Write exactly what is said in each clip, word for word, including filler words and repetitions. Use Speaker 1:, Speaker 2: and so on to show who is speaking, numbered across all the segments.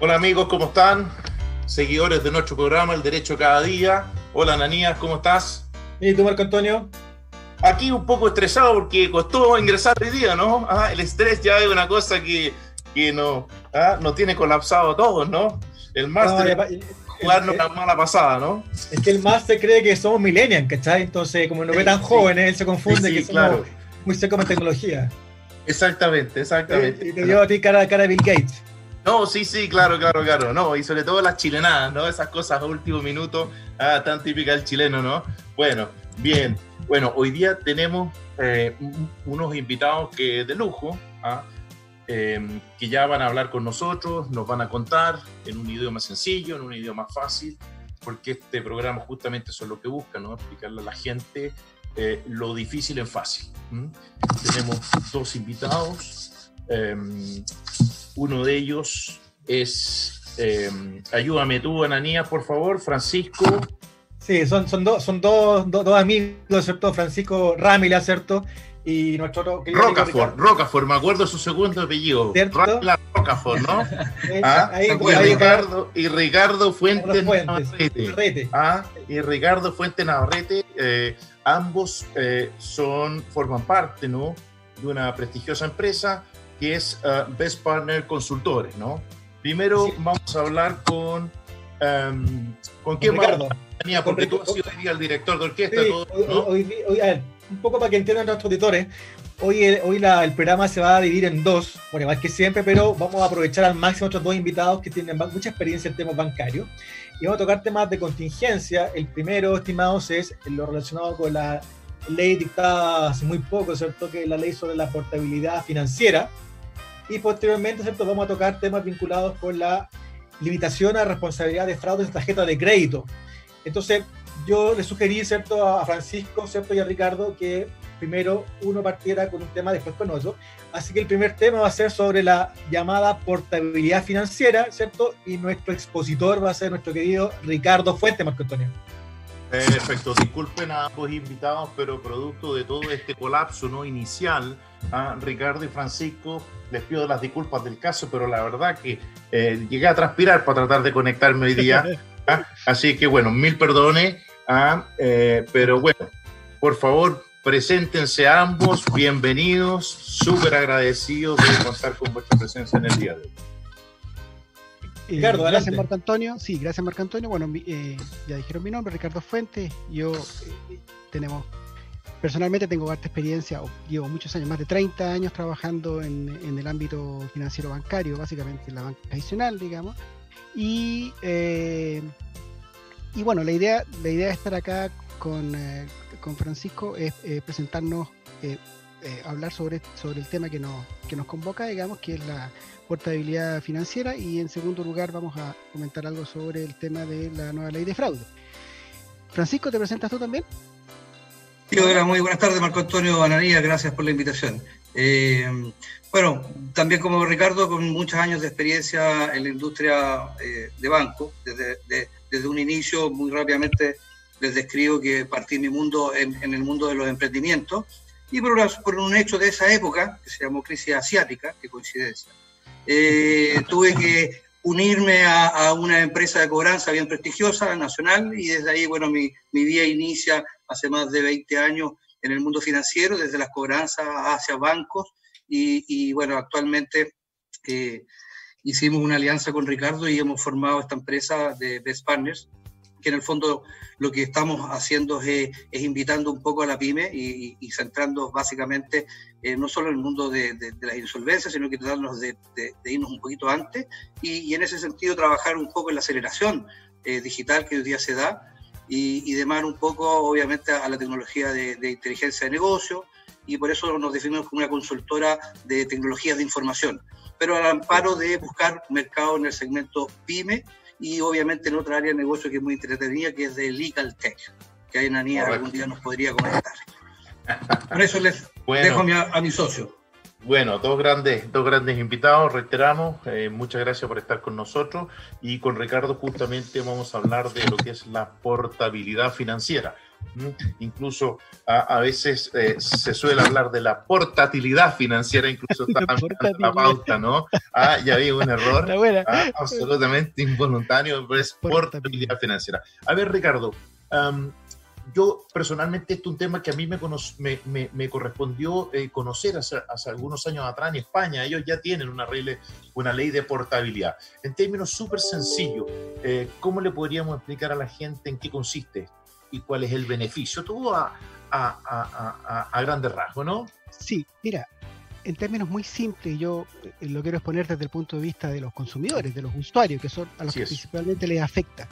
Speaker 1: Hola amigos, ¿cómo están? Seguidores de nuestro programa El Derecho Cada Día. Hola Ananías, ¿cómo estás?
Speaker 2: ¿Y tú, Marco Antonio?
Speaker 1: Aquí un poco estresado porque costó ingresar hoy día, ¿no? Ah, el estrés ya es una cosa que, que no, ah, nos tiene colapsado a todos, ¿no? El máster
Speaker 2: No,
Speaker 1: es jugarnos una mala pasada, ¿no?
Speaker 2: Es que el máster cree que somos millennials, ¿cachai? Entonces, como nos ve tan
Speaker 1: sí,
Speaker 2: jóvenes, él se confunde
Speaker 1: sí,
Speaker 2: que
Speaker 1: sí,
Speaker 2: somos
Speaker 1: claro.
Speaker 2: muy secos en tecnología.
Speaker 1: Exactamente, exactamente.
Speaker 2: Y te dio a ti cara, cara a Bill Gates.
Speaker 1: No, sí, sí, claro, claro, claro, no, y sobre todo las chilenadas, ¿no? Esas cosas a último minuto, ah, tan típicas del chileno, ¿no? Bueno, bien, bueno, hoy día tenemos eh, unos invitados que de lujo, ¿ah? eh, que ya van a hablar con nosotros, nos van a contar en un idioma sencillo, en un idioma fácil, porque este programa justamente eso es lo que busca, ¿no? Explicarle a la gente eh, lo difícil en fácil. ¿Mm? Tenemos dos invitados. Eh, Uno de ellos es, eh, ayúdame tú, Ananías, por favor, Francisco.
Speaker 2: Sí, son, son, do, son dos, do, dos amigos, ¿cierto? Francisco Ramila, ¿cierto? Y nuestro otro querido
Speaker 1: Rocafort, Rocafort, me acuerdo su segundo apellido.
Speaker 2: Ramila
Speaker 1: Rocafort, ¿no?
Speaker 2: ¿Ah? Ahí,
Speaker 1: y,
Speaker 2: ahí,
Speaker 1: Ricardo, y Ricardo Fuentes
Speaker 2: Navarrete.
Speaker 1: Navarrete. ¿Ah? Y Ricardo Fuentes Navarrete, eh, ambos eh, son, forman parte, ¿no? De una prestigiosa empresa que es uh, Best Partner Consultores, ¿no? Primero sí. Vamos a hablar con... Um, ¿Con quién
Speaker 2: Ricardo?
Speaker 1: Vamos? Porque tú has sido hoy día el director de orquesta.
Speaker 2: Sí,
Speaker 1: todo,
Speaker 2: hoy,
Speaker 1: ¿no?
Speaker 2: hoy, hoy, a ver, un poco para que entiendan nuestros auditores, hoy, hoy la, el programa se va a dividir en dos, bueno, más que siempre, pero vamos a aprovechar al máximo a nuestros dos invitados que tienen mucha experiencia en temas bancarios y vamos a tocar temas de contingencia. El primero, estimados, es lo relacionado con la ley dictada hace muy poco, ¿cierto? Que es la ley sobre la portabilidad financiera. Y posteriormente, ¿cierto? Vamos a tocar temas vinculados con la limitación a responsabilidad de fraudes de tarjetas de crédito. Entonces, yo le sugerí, ¿cierto? A Francisco, ¿cierto? Y a Ricardo que primero uno partiera con un tema, después con otro. Así que el primer tema va a ser sobre la llamada portabilidad financiera, ¿cierto? Y nuestro expositor va a ser nuestro querido Ricardo Fuentes, Marco Antonio.
Speaker 1: Perfecto, disculpen a ambos invitados, pero producto de todo este colapso no inicial, a Ricardo y Francisco les pido las disculpas del caso, pero la verdad que eh, llegué a transpirar para tratar de conectarme hoy día, ¿ah? Así que bueno, mil perdones, ¿ah? eh, pero bueno, por favor, preséntense ambos, bienvenidos, súper agradecidos de contar con vuestra presencia en el día de hoy.
Speaker 3: Eh, Ricardo, gracias Marco Antonio, sí, gracias Marco Antonio, bueno, eh, ya dijeron mi nombre, Ricardo Fuentes, yo eh, tenemos, personalmente tengo harta experiencia, llevo muchos años, más de treinta años trabajando en, en el ámbito financiero bancario, básicamente en la banca tradicional, digamos, y, eh, y bueno, la idea, la idea de estar acá con, eh, con Francisco es eh, presentarnos, eh, eh, hablar sobre, sobre el tema que nos, que nos convoca, digamos, que es la portabilidad financiera, y en segundo lugar vamos a comentar algo sobre el tema de la nueva ley de fraude. Francisco, ¿te presentas tú también?
Speaker 4: Sí, hola, muy buenas tardes, Marco Antonio, Ananías, gracias por la invitación. Eh, bueno, también como Ricardo, con muchos años de experiencia en la industria eh, de banco, desde, de, desde un inicio, muy rápidamente les describo que partí mi mundo en, en el mundo de los emprendimientos, y por, una, por un hecho de esa época, que se llamó crisis asiática, qué coincidencia, Eh, tuve que unirme a, a una empresa de cobranza bien prestigiosa, nacional, y desde ahí, bueno, mi, mi vida inicia hace más de veinte años en el mundo financiero, desde las cobranzas hacia bancos, y, y bueno, actualmente eh, hicimos una alianza con Ricardo y hemos formado esta empresa de Best Partners, que en el fondo lo que estamos haciendo es, es invitando un poco a la pyme y, y centrando básicamente eh, no solo en el mundo de, de, de las insolvencias, sino que tratarnos de, de, de irnos un poquito antes y, y en ese sentido trabajar un poco en la aceleración eh, digital que hoy día se da y, y demás un poco obviamente a la tecnología de, de inteligencia de negocio, y por eso nos definimos como una consultora de tecnologías de información, pero al amparo de buscar mercado en el segmento pyme y obviamente en otra área de negocio que es muy entretenida, que es de Legal Tech, que ahí Ananías algún día nos podría comentar. Por eso les bueno, dejo a mi, a mi socio.
Speaker 1: Bueno, dos grandes, dos grandes invitados, reiteramos, eh, muchas gracias por estar con nosotros, y con Ricardo justamente vamos a hablar de lo que es la portabilidad financiera. ¿Mm? Incluso a, a veces eh, se suele hablar de la portatilidad financiera, incluso está en la pauta, ¿no? Ah, ya había un error, ah, absolutamente involuntario, pero es portabilidad financiera. A ver, Ricardo, um, yo personalmente, este es un tema que a mí me, me, me, me correspondió eh, conocer hace, hace algunos años atrás en España. Ellos ya tienen una, ley, una ley de portabilidad. En términos súper sencillos, eh, ¿cómo le podríamos explicar a la gente en qué consiste y cuál es el beneficio? Todo a, a, a, a, a grandes rasgos, ¿no?
Speaker 3: Sí, mira, en términos muy simples, yo lo quiero exponer desde el punto de vista de los consumidores, de los usuarios, que son a los que principalmente les afecta.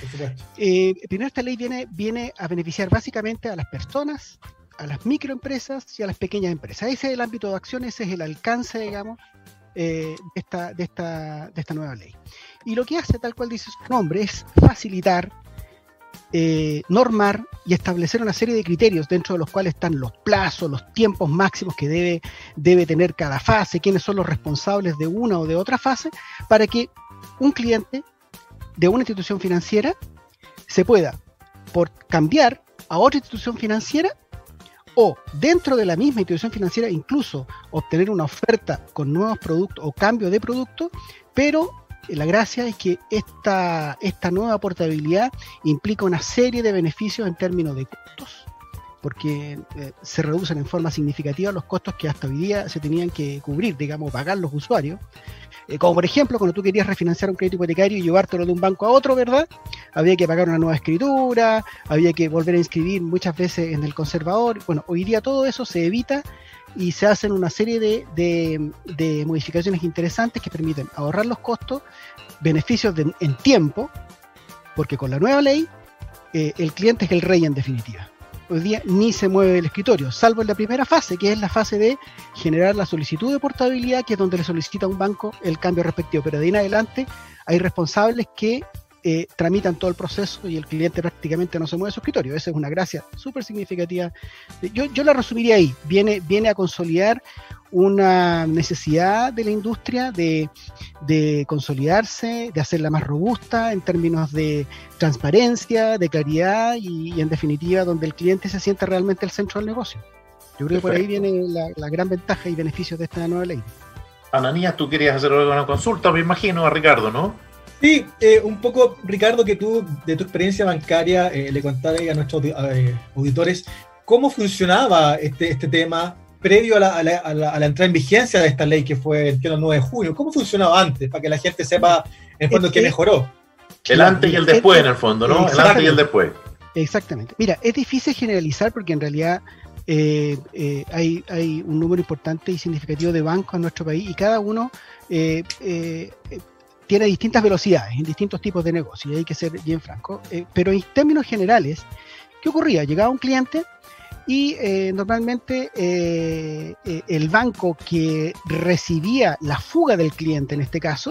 Speaker 3: Eh, primero, esta ley viene, viene a beneficiar básicamente a las personas, a las microempresas y a las pequeñas empresas. Ese es el ámbito de acción, ese es el alcance, digamos, eh, de, esta, de, esta, de esta nueva ley. Y lo que hace, tal cual dice su nombre, es facilitar, eh, normar y establecer una serie de criterios dentro de los cuales están los plazos, los tiempos máximos que debe, debe tener cada fase, quiénes son los responsables de una o de otra fase, para que un cliente de una institución financiera se pueda por cambiar a otra institución financiera, o dentro de la misma institución financiera incluso obtener una oferta con nuevos productos o cambio de producto, pero la gracia es que esta, esta nueva portabilidad implica una serie de beneficios en términos de costos, porque eh, se reducen en forma significativa los costos que hasta hoy día se tenían que cubrir, digamos, pagar los usuarios. Eh, como por ejemplo, cuando tú querías refinanciar un crédito hipotecario y llevártelo de un banco a otro, ¿verdad? Había que pagar una nueva escritura, había que volver a inscribir muchas veces en el conservador. Bueno, hoy día todo eso se evita y se hacen una serie de, de, de modificaciones interesantes que permiten ahorrar los costos, beneficios de, en tiempo, porque con la nueva ley eh, el cliente es el rey en definitiva. Hoy día ni se mueve del escritorio, salvo en la primera fase, que es la fase de generar la solicitud de portabilidad, que es donde le solicita a un banco el cambio respectivo, pero de ahí en adelante hay responsables que eh, tramitan todo el proceso y el cliente prácticamente no se mueve de su escritorio. Esa es una gracia súper significativa. Yo, yo la resumiría ahí, viene, viene a consolidar una necesidad de la industria de, de consolidarse, de hacerla más robusta en términos de transparencia, de claridad y, y en definitiva donde el cliente se sienta realmente el centro del negocio. Yo creo Perfecto. que por ahí viene la, la gran ventaja y beneficios de esta nueva ley.
Speaker 1: Ananías, tú querías hacer alguna consulta, me imagino, a Ricardo, ¿no?
Speaker 2: Sí, eh, un poco, Ricardo, que tú, de tu experiencia bancaria, eh, le contabas a nuestros eh, auditores cómo funcionaba este, este tema previo a la, a, la, a, la, a la entrada en vigencia de esta ley que fue el nueve de junio. ¿Cómo funcionaba antes? Para que la gente sepa, en el fondo, que mejoró.
Speaker 1: El antes y el después, en el fondo, ¿no? El antes y el después.
Speaker 3: Exactamente. Mira, es difícil generalizar porque en realidad eh, eh, hay, hay un número importante y significativo de bancos en nuestro país y cada uno eh, eh, tiene distintas velocidades en distintos tipos de negocios, y hay que ser bien franco. Eh, pero en términos generales, ¿qué ocurría? Llegaba un cliente y eh, normalmente eh, eh, el banco que recibía la fuga del cliente, en este caso,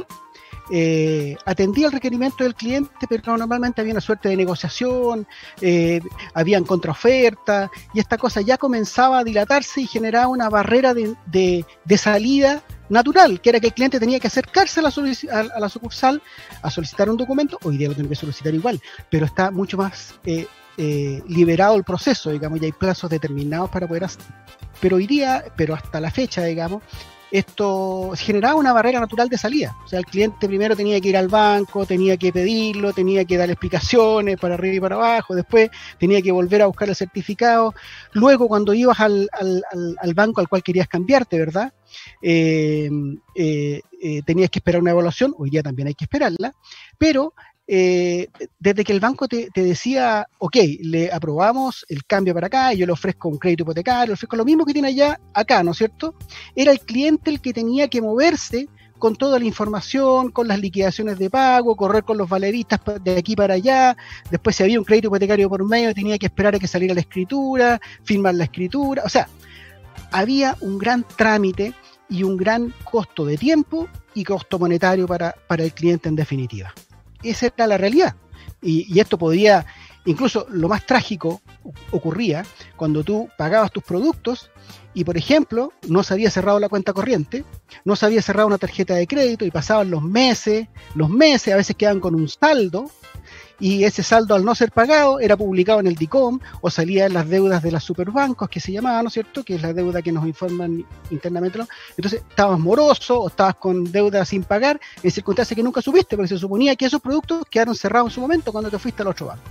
Speaker 3: eh, atendía el requerimiento del cliente, pero normalmente había una suerte de negociación, eh, habían contraofertas, y esta cosa ya comenzaba a dilatarse y generaba una barrera de, de, de salida natural, que era que el cliente tenía que acercarse a la, a, a la sucursal a solicitar un documento. Hoy día lo tiene que solicitar igual, pero está mucho más eh, Eh, liberado el proceso, digamos, ya hay plazos determinados para poder hacer. Pero hoy día, pero hasta la fecha, digamos, esto generaba una barrera natural de salida. O sea, el cliente primero tenía que ir al banco, tenía que pedirlo, tenía que dar explicaciones para arriba y para abajo, después tenía que volver a buscar el certificado. Luego, cuando ibas al, al, al, al banco al cual querías cambiarte, ¿verdad? Eh, eh, eh, tenías que esperar una evaluación, hoy día también hay que esperarla, pero Eh, desde que el banco te, te decía, ok, le aprobamos el cambio para acá, y yo le ofrezco un crédito hipotecario, le ofrezco lo mismo que tiene allá, acá, ¿no es cierto? Era el cliente el que tenía que moverse con toda la información, con las liquidaciones de pago, correr con los valeristas de aquí para allá, después si había un crédito hipotecario por medio, tenía que esperar a que saliera la escritura, firmar la escritura, o sea, había un gran trámite y un gran costo de tiempo y costo monetario para, para el cliente en definitiva. Esa era la realidad, y, y esto podía, incluso lo más trágico ocurría cuando tú pagabas tus productos y, por ejemplo, no se había cerrado la cuenta corriente, no se había cerrado una tarjeta de crédito y pasaban los meses, los meses, a veces quedaban con un saldo, y ese saldo al no ser pagado era publicado en el D I C O M o salía en las deudas de las superbancos, que se llamaba, ¿no es cierto?, que es la deuda que nos informan internamente, ¿no? Entonces estabas moroso o estabas con deuda sin pagar en circunstancias que nunca supiste, porque se suponía que esos productos quedaron cerrados en su momento cuando te fuiste al otro banco.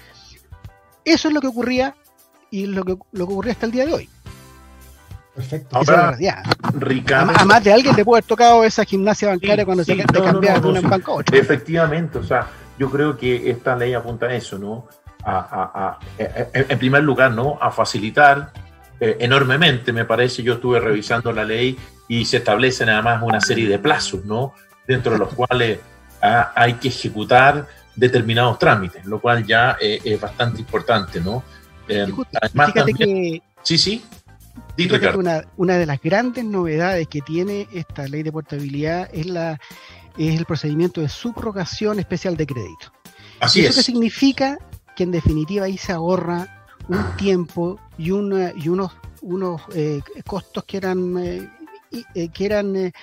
Speaker 3: Eso es lo que ocurría y lo que, lo que ocurría hasta el día de hoy.
Speaker 2: Perfecto.
Speaker 1: Ahora, Ricardo,
Speaker 3: a, a más de alguien le puede haber tocado esa gimnasia bancaria
Speaker 1: sí,
Speaker 3: cuando
Speaker 1: sí,
Speaker 3: se te
Speaker 1: no,
Speaker 3: cambiaba
Speaker 1: no, no,
Speaker 3: de un
Speaker 1: no,
Speaker 3: banco a
Speaker 1: sí,
Speaker 3: otro.
Speaker 1: efectivamente, o sea, yo creo que esta ley apunta a eso, ¿no? A, a, a, a, en primer lugar, ¿no? A facilitar eh, enormemente, me parece. Yo estuve revisando la ley y se establecen además una serie de plazos, ¿no? Dentro de los cuales ah, hay que ejecutar determinados trámites, lo cual ya eh, es bastante importante, ¿no? Eh, además,
Speaker 3: fíjate
Speaker 1: también,
Speaker 3: que,
Speaker 1: sí, sí.
Speaker 3: Fíjate que una, una de las grandes novedades que tiene esta ley de portabilidad es la es el procedimiento de subrogación especial de crédito.
Speaker 1: Así
Speaker 3: ¿Y eso
Speaker 1: es.
Speaker 3: qué significa? Que en definitiva ahí se ahorra un tiempo y, una, y unos, unos eh, costos que eran, eh, eh, que eran eh,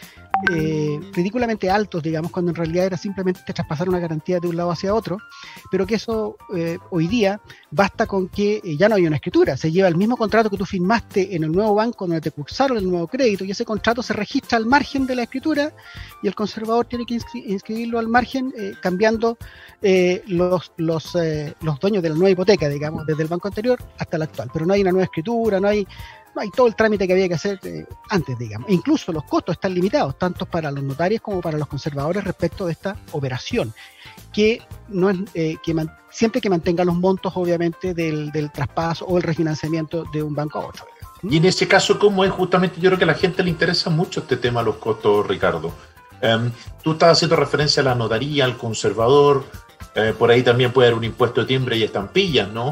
Speaker 3: eh, ridículamente altos, digamos, cuando en realidad era simplemente traspasar una garantía de un lado hacia otro, pero que eso eh, hoy día basta con que eh, ya no hay una escritura, se lleva el mismo contrato que tú firmaste en el nuevo banco donde te cursaron el nuevo crédito y ese contrato se registra al margen de la escritura y el conservador tiene que inscri- inscribirlo al margen eh, cambiando eh, los, los, eh, los dueños de la nueva hipoteca, digamos, desde el banco anterior hasta el actual, pero no hay una nueva escritura, no hay No hay todo el trámite que había que hacer eh, antes, digamos. E incluso los costos están limitados, tanto para los notarios como para los conservadores respecto de esta operación, que no es eh, que man, siempre que mantenga los montos, obviamente, del, del traspaso o el refinanciamiento de un banco a otro.
Speaker 1: Y en ese caso, ¿cómo es? Justamente yo creo que a la gente le interesa mucho este tema, los costos, Ricardo. Um, tú estás haciendo referencia a la notaría, al conservador, eh, por ahí también puede haber un impuesto de timbre y estampillas, ¿no?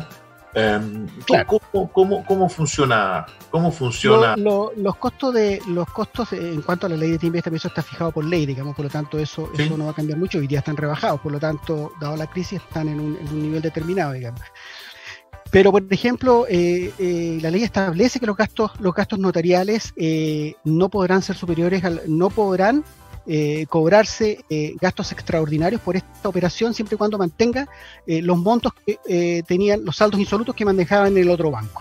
Speaker 1: Um,
Speaker 3: claro.
Speaker 1: ¿cómo, cómo, cómo funciona? ¿Cómo funciona?
Speaker 3: Lo, lo, los costos de los costos de, en cuanto a la ley de timbre, eso está fijado por ley, digamos, por lo tanto eso, ¿sí? Eso no va a cambiar mucho. Hoy día están rebajados, por lo tanto, dado la crisis, están en un, en un nivel determinado, digamos. Pero, por ejemplo, eh, eh, la ley establece que los gastos, los gastos notariales eh, no podrán ser superiores al, no podrán Eh, cobrarse eh, gastos extraordinarios por esta operación siempre y cuando mantenga eh, los montos que eh, tenían, los saldos insolutos que manejaban en el otro banco.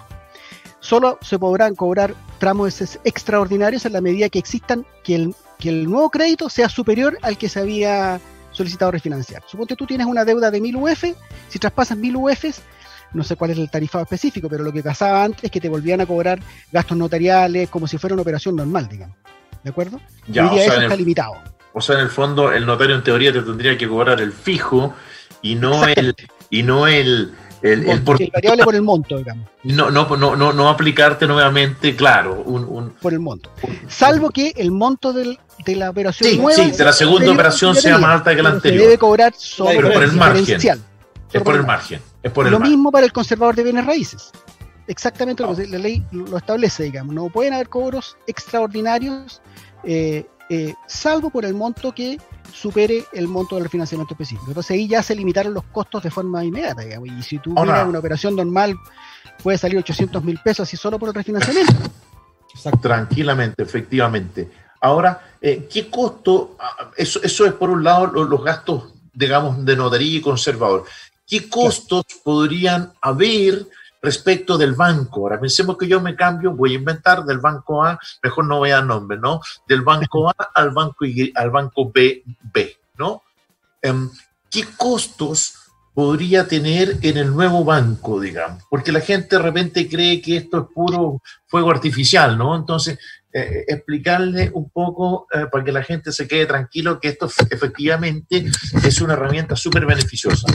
Speaker 3: Solo se podrán cobrar tramos extraordinarios en la medida que existan, que el, que el nuevo crédito sea superior al que se había solicitado refinanciar. Suponte tú tienes una deuda de mil U F, si traspasas mil U Fs, no sé cuál es el tarifado específico, pero lo que pasaba antes es que te volvían a cobrar gastos notariales como si fuera una operación normal, digamos. ¿De acuerdo?
Speaker 1: Ya,
Speaker 3: Hoy día
Speaker 1: o sea,
Speaker 3: eso
Speaker 1: el,
Speaker 3: está limitado.
Speaker 1: O sea, en el fondo, el notario en teoría te tendría que cobrar el fijo y no el y no el, el, el,
Speaker 3: el, por, el variable por el monto, digamos.
Speaker 1: No, no, no, no, no aplicarte nuevamente, claro, un, un
Speaker 3: por el monto. Salvo que el monto del, de la operación
Speaker 1: sí,
Speaker 3: nueva.
Speaker 1: Sí, de la segunda operación sea más alta que la anterior.
Speaker 3: Se debe cobrar solo
Speaker 1: pero por el margen. Es por el
Speaker 3: margen.
Speaker 1: margen. Es por el
Speaker 3: lo
Speaker 1: margen.
Speaker 3: mismo para el conservador de bienes raíces. Exactamente lo que la ley lo establece, digamos. No pueden haber cobros extraordinarios, eh, eh, salvo por el monto que supere el monto del financiamiento específico. Entonces ahí ya se limitaron los costos de forma inmediata, digamos. Y si tú oh, miras no. una operación normal, puede salir ochocientos mil pesos así solo por el refinanciamiento.
Speaker 1: Exacto. Tranquilamente, efectivamente. Ahora, eh, ¿qué costo? Eso, eso es por un lado los, los gastos, digamos, de notaría y conservador. ¿Qué costos claro. podrían haber respecto del banco? Ahora pensemos que yo me cambio, voy a inventar del banco A, mejor no voy a dar nombre, ¿no? Del banco A al banco Y, al banco B, B, ¿no? Um, ¿Qué costos podría tener en el nuevo banco, digamos? Porque la gente de repente cree que esto es puro fuego artificial, ¿no? Entonces, eh, explicarle un poco eh, para que la gente se quede tranquilo que esto efectivamente es una herramienta súper beneficiosa.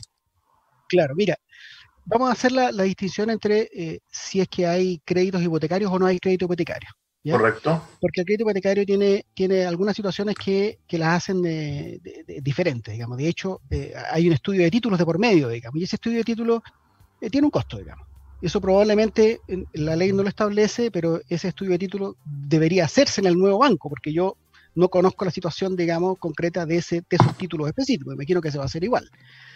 Speaker 3: Claro, mira, vamos a hacer la, la distinción entre eh, si es que hay créditos hipotecarios o no hay crédito hipotecario. ¿Ya?
Speaker 1: Correcto.
Speaker 3: Porque el crédito hipotecario tiene, tiene algunas situaciones que, que las hacen de, de, de diferentes, digamos. De hecho, eh, hay un estudio de títulos de por medio, digamos, y ese estudio de títulos eh, tiene un costo, digamos. Eso probablemente en, la ley no lo establece, pero ese estudio de títulos debería hacerse en el nuevo banco, porque yo no conozco la situación, digamos, concreta de, ese, de esos títulos específicos. Me imagino que se va a hacer igual.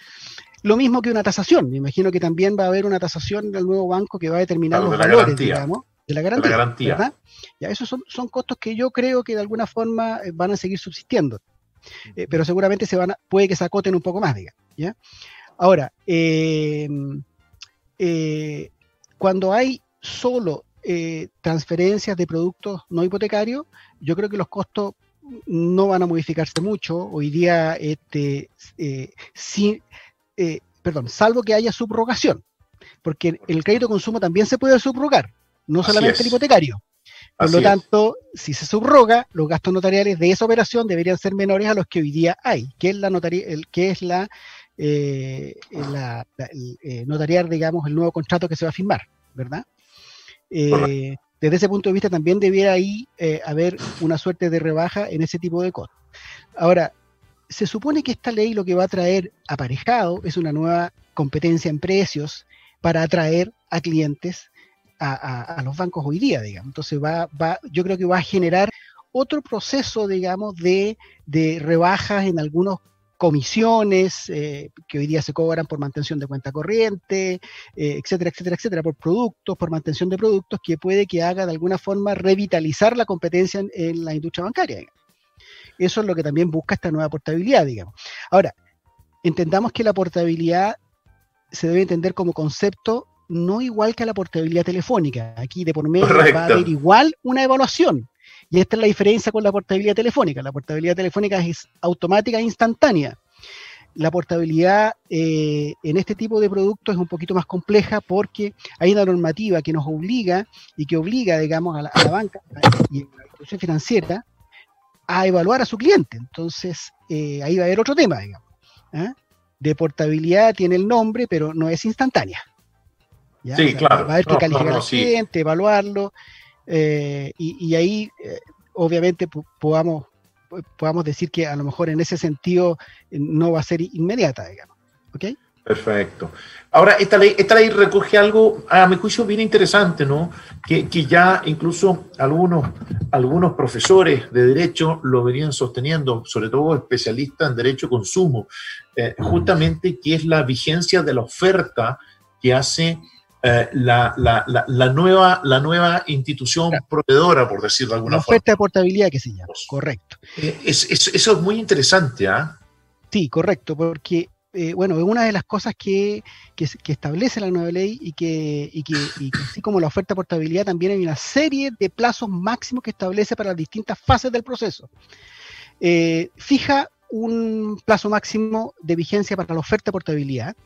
Speaker 3: Lo mismo que una tasación. Me imagino que también va a haber una tasación del nuevo banco que va a determinar claro, los de valores, digamos. de la garantía,
Speaker 1: de la garantía.
Speaker 3: ¿verdad? Ya, esos son, son costos que yo creo que de alguna forma van a seguir subsistiendo, eh, pero seguramente se van a, puede que se acoten un poco más, digamos, ¿ya? Ahora, eh, eh, cuando hay solo eh, transferencias de productos no hipotecarios, yo creo que los costos no van a modificarse mucho. Hoy día, este, eh, sí, eh, perdón, salvo que haya subrogación, porque el crédito de consumo también se puede subrogar, no
Speaker 1: Así
Speaker 3: solamente
Speaker 1: es.
Speaker 3: el hipotecario. Por
Speaker 1: Así
Speaker 3: lo
Speaker 1: es.
Speaker 3: tanto, si se subroga, los gastos notariales de esa operación deberían ser menores a los que hoy día hay, que es la notaría, el, que es la, eh, la, la el, eh, notariar, digamos, el nuevo contrato que se va a firmar, ¿verdad? Eh, desde ese punto de vista también debiera ahí eh, haber una suerte de rebaja en ese tipo de cosas. Ahora, se supone que esta ley lo que va a traer aparejado es una nueva competencia en precios para atraer a clientes a, a, a los bancos hoy día, digamos. Entonces va, va, yo creo que va a generar otro proceso, digamos, de, de rebajas en algunos comisiones eh, que hoy día se cobran por mantención de cuenta corriente, eh, etcétera, etcétera, etcétera, por productos, por mantención de productos, que puede que haga de alguna forma revitalizar la competencia en, en la industria bancaria, digamos. Eso es lo que también busca esta nueva portabilidad, digamos. Ahora, entendamos que la portabilidad se debe entender como concepto no igual que a la portabilidad telefónica. Aquí de por medio
Speaker 1: Correcto.
Speaker 3: va a haber igual una evaluación. Y esta es la diferencia con la portabilidad telefónica. La portabilidad telefónica es automática e instantánea. La portabilidad eh, en este tipo de productos es un poquito más compleja porque hay una normativa que nos obliga y que obliga, digamos, a la, a la banca y a la institución financiera a evaluar a su cliente. Entonces, eh, ahí va a haber otro tema, digamos. ¿eh? De portabilidad tiene el nombre, pero no es instantánea. ¿ya?
Speaker 1: Sí,
Speaker 3: O sea,
Speaker 1: claro.
Speaker 3: Va a haber que
Speaker 1: No,
Speaker 3: calificar
Speaker 1: no, no,
Speaker 3: al
Speaker 1: sí.
Speaker 3: cliente, evaluarlo, eh, y, y ahí, eh, obviamente, podamos, podamos decir que a lo mejor en ese sentido eh, no va a ser inmediata, digamos. ¿Ok?
Speaker 1: Perfecto. Ahora, esta ley, esta ley recoge algo, a mi juicio, bien interesante, ¿no? Que, que ya incluso algunos, algunos profesores de derecho lo venían sosteniendo, sobre todo especialistas en derecho consumo, eh, justamente que es la vigencia de la oferta que hace eh, la, la, la, la, nueva, la nueva institución claro. proveedora, por decirlo de alguna
Speaker 3: la
Speaker 1: forma.
Speaker 3: Oferta de portabilidad que se llama, correcto.
Speaker 1: Eh, es, es, eso es muy interesante, ¿ah? ¿eh?
Speaker 3: Sí, correcto, porque Eh, bueno, es una de las cosas que, que, que establece la nueva ley y que, y, que, y que así como la oferta de portabilidad también hay una serie de plazos máximos que establece para las distintas fases del proceso. Eh, fija un plazo máximo de vigencia para la oferta de portabilidad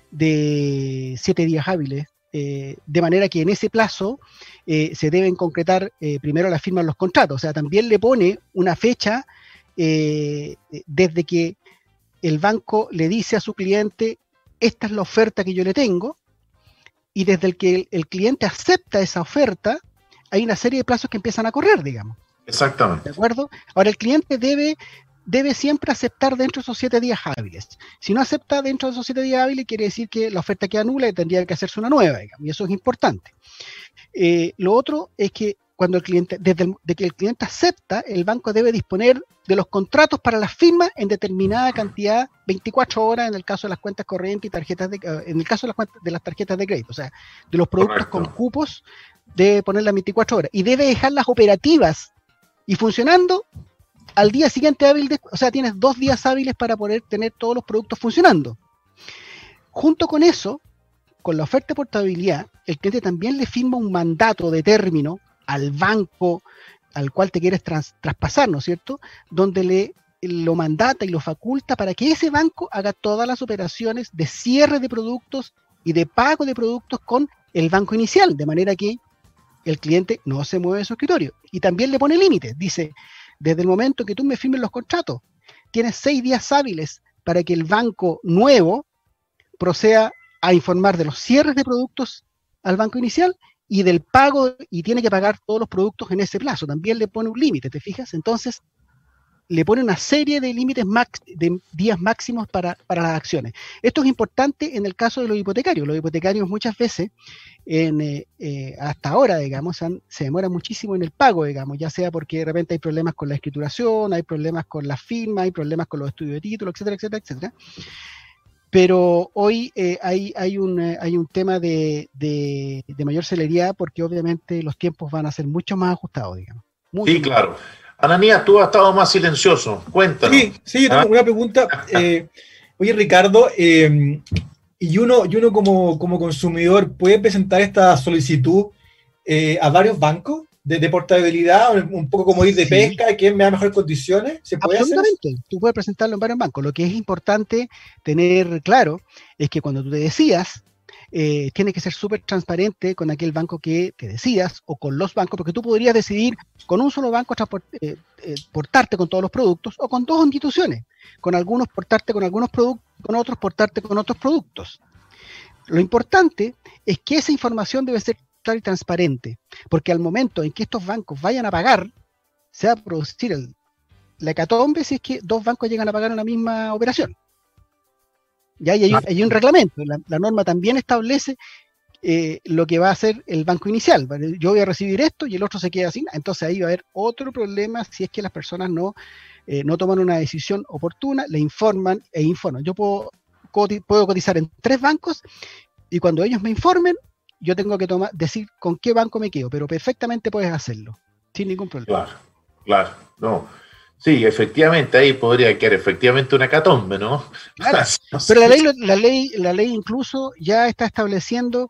Speaker 3: de siete días hábiles, eh, de manera que en ese plazo eh, se deben concretar eh, primero la firma de los contratos, o sea, también le pone una fecha eh, desde que el banco le dice a su cliente, esta es la oferta que yo le tengo, y desde el que el, el cliente acepta esa oferta, hay una serie de plazos que empiezan a correr, digamos.
Speaker 1: Exactamente.
Speaker 3: ¿De acuerdo? Ahora, el cliente debe, debe siempre aceptar dentro de esos siete días hábiles. Si no acepta dentro de esos siete días hábiles, quiere decir que la oferta queda nula y tendría que hacerse una nueva, digamos, y eso es importante. Eh, lo otro es que cuando el cliente, desde el, de que el cliente acepta, el banco debe disponer de los contratos para las firmas en determinada cantidad, veinticuatro horas en el caso de las cuentas corrientes y tarjetas de, en el caso de las, cuentas, de las tarjetas de crédito, o sea, de los productos Correcto. Con cupos, debe ponerlas veinticuatro horas y debe dejarlas operativas y funcionando al día siguiente hábil, de, o sea, tienes dos días hábiles para poder tener todos los productos funcionando. Junto con eso, con la oferta de portabilidad, el cliente también le firma un mandato de término al banco al cual te quieres trans, traspasar, ¿no es cierto? Donde le lo mandata y lo faculta para que ese banco haga todas las operaciones de cierre de productos y de pago de productos con el banco inicial, de manera que el cliente no se mueve de su escritorio. Y también le pone límites, dice, desde el momento que tú me firmes los contratos, tienes seis días hábiles para que el banco nuevo proceda a informar de los cierres de productos al banco inicial y del pago, y tiene que pagar todos los productos en ese plazo. También le pone un límite, ¿te fijas? Entonces, le pone una serie de límites max, de días máximos para, para las acciones. Esto es importante en el caso de los hipotecarios. Los hipotecarios muchas veces, en, eh, eh, hasta ahora, digamos, han, se demoran muchísimo en el pago, digamos, ya sea porque de repente hay problemas con la escrituración, hay problemas con la firma, hay problemas con los estudios de título, etcétera, etcétera, etcétera. pero hoy eh, hay, hay, un, eh, hay un tema de, de, de mayor celeridad porque obviamente los tiempos van a ser mucho más ajustados, digamos.
Speaker 1: Sí,
Speaker 3: más.
Speaker 1: Claro. Ananías, tú has estado más silencioso. Cuéntanos.
Speaker 2: Sí, sí, yo tengo
Speaker 1: ¿Ah?
Speaker 2: una pregunta. Eh, oye, Ricardo, eh, ¿y uno, y uno como, como consumidor puede presentar esta solicitud eh, a varios bancos de, de portabilidad, un poco como ir de
Speaker 3: Sí.
Speaker 2: pesca, que me da mejores condiciones? ¿Se puede
Speaker 3: Absolutamente,
Speaker 2: hacer?
Speaker 3: tú puedes presentarlo en varios bancos. Lo que es importante tener claro es que cuando tú te decidas, eh, tienes que ser súper transparente con aquel banco que te decidas o con los bancos, porque tú podrías decidir con un solo banco transport, eh, eh, portarte con todos los productos o con dos instituciones, con algunos portarte con algunos productos, con otros portarte con otros productos. Lo importante es que esa información debe ser clara y transparente, porque al momento en que estos bancos vayan a pagar, se va a producir el, la hecatombe si es que dos bancos llegan a pagar una misma operación. Ya y hay, un, hay un reglamento, la, la norma también establece eh, lo que va a hacer el banco inicial. ¿Vale? Yo voy a recibir esto y el otro se queda sin, entonces ahí va a haber otro problema si es que las personas no, eh, no toman una decisión oportuna, le informan e informan. Yo puedo, puedo cotizar en tres bancos y cuando ellos me informen, yo tengo que tomar, decir con qué banco me quedo, pero perfectamente puedes hacerlo, sin ningún problema.
Speaker 1: Claro, claro, no. Sí, efectivamente, ahí podría quedar efectivamente una hecatombe, ¿no?
Speaker 3: Claro, pero la ley, la ley, la ley incluso ya está estableciendo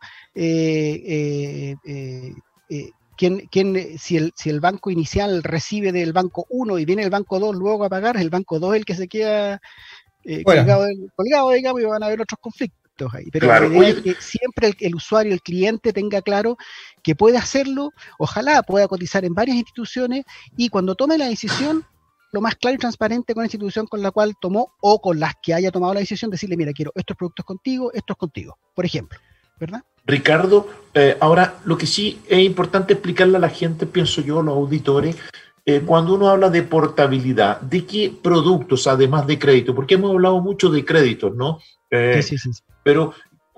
Speaker 3: eh, eh, eh, eh, quién, quién, si, el, si el banco inicial recibe del banco uno y viene el banco dos luego a pagar, es el banco dos el que se queda eh, bueno. colgado, colgado, digamos, y van a haber otros conflictos ahí. Pero claro, la idea es que siempre el, el usuario, el cliente tenga claro que puede hacerlo, ojalá pueda cotizar en varias instituciones y cuando tome la decisión, lo más claro y transparente con la institución con la cual tomó o con las que haya tomado la decisión, decirle, mira, quiero estos productos contigo, estos contigo, por ejemplo, ¿verdad?
Speaker 1: Ricardo, eh, ahora lo que sí es importante explicarle a la gente, pienso yo, los auditores, eh, cuando uno habla de portabilidad, ¿de qué productos además de crédito? Porque hemos hablado mucho de créditos, ¿no? Eh, sí, sí, sí. Pero,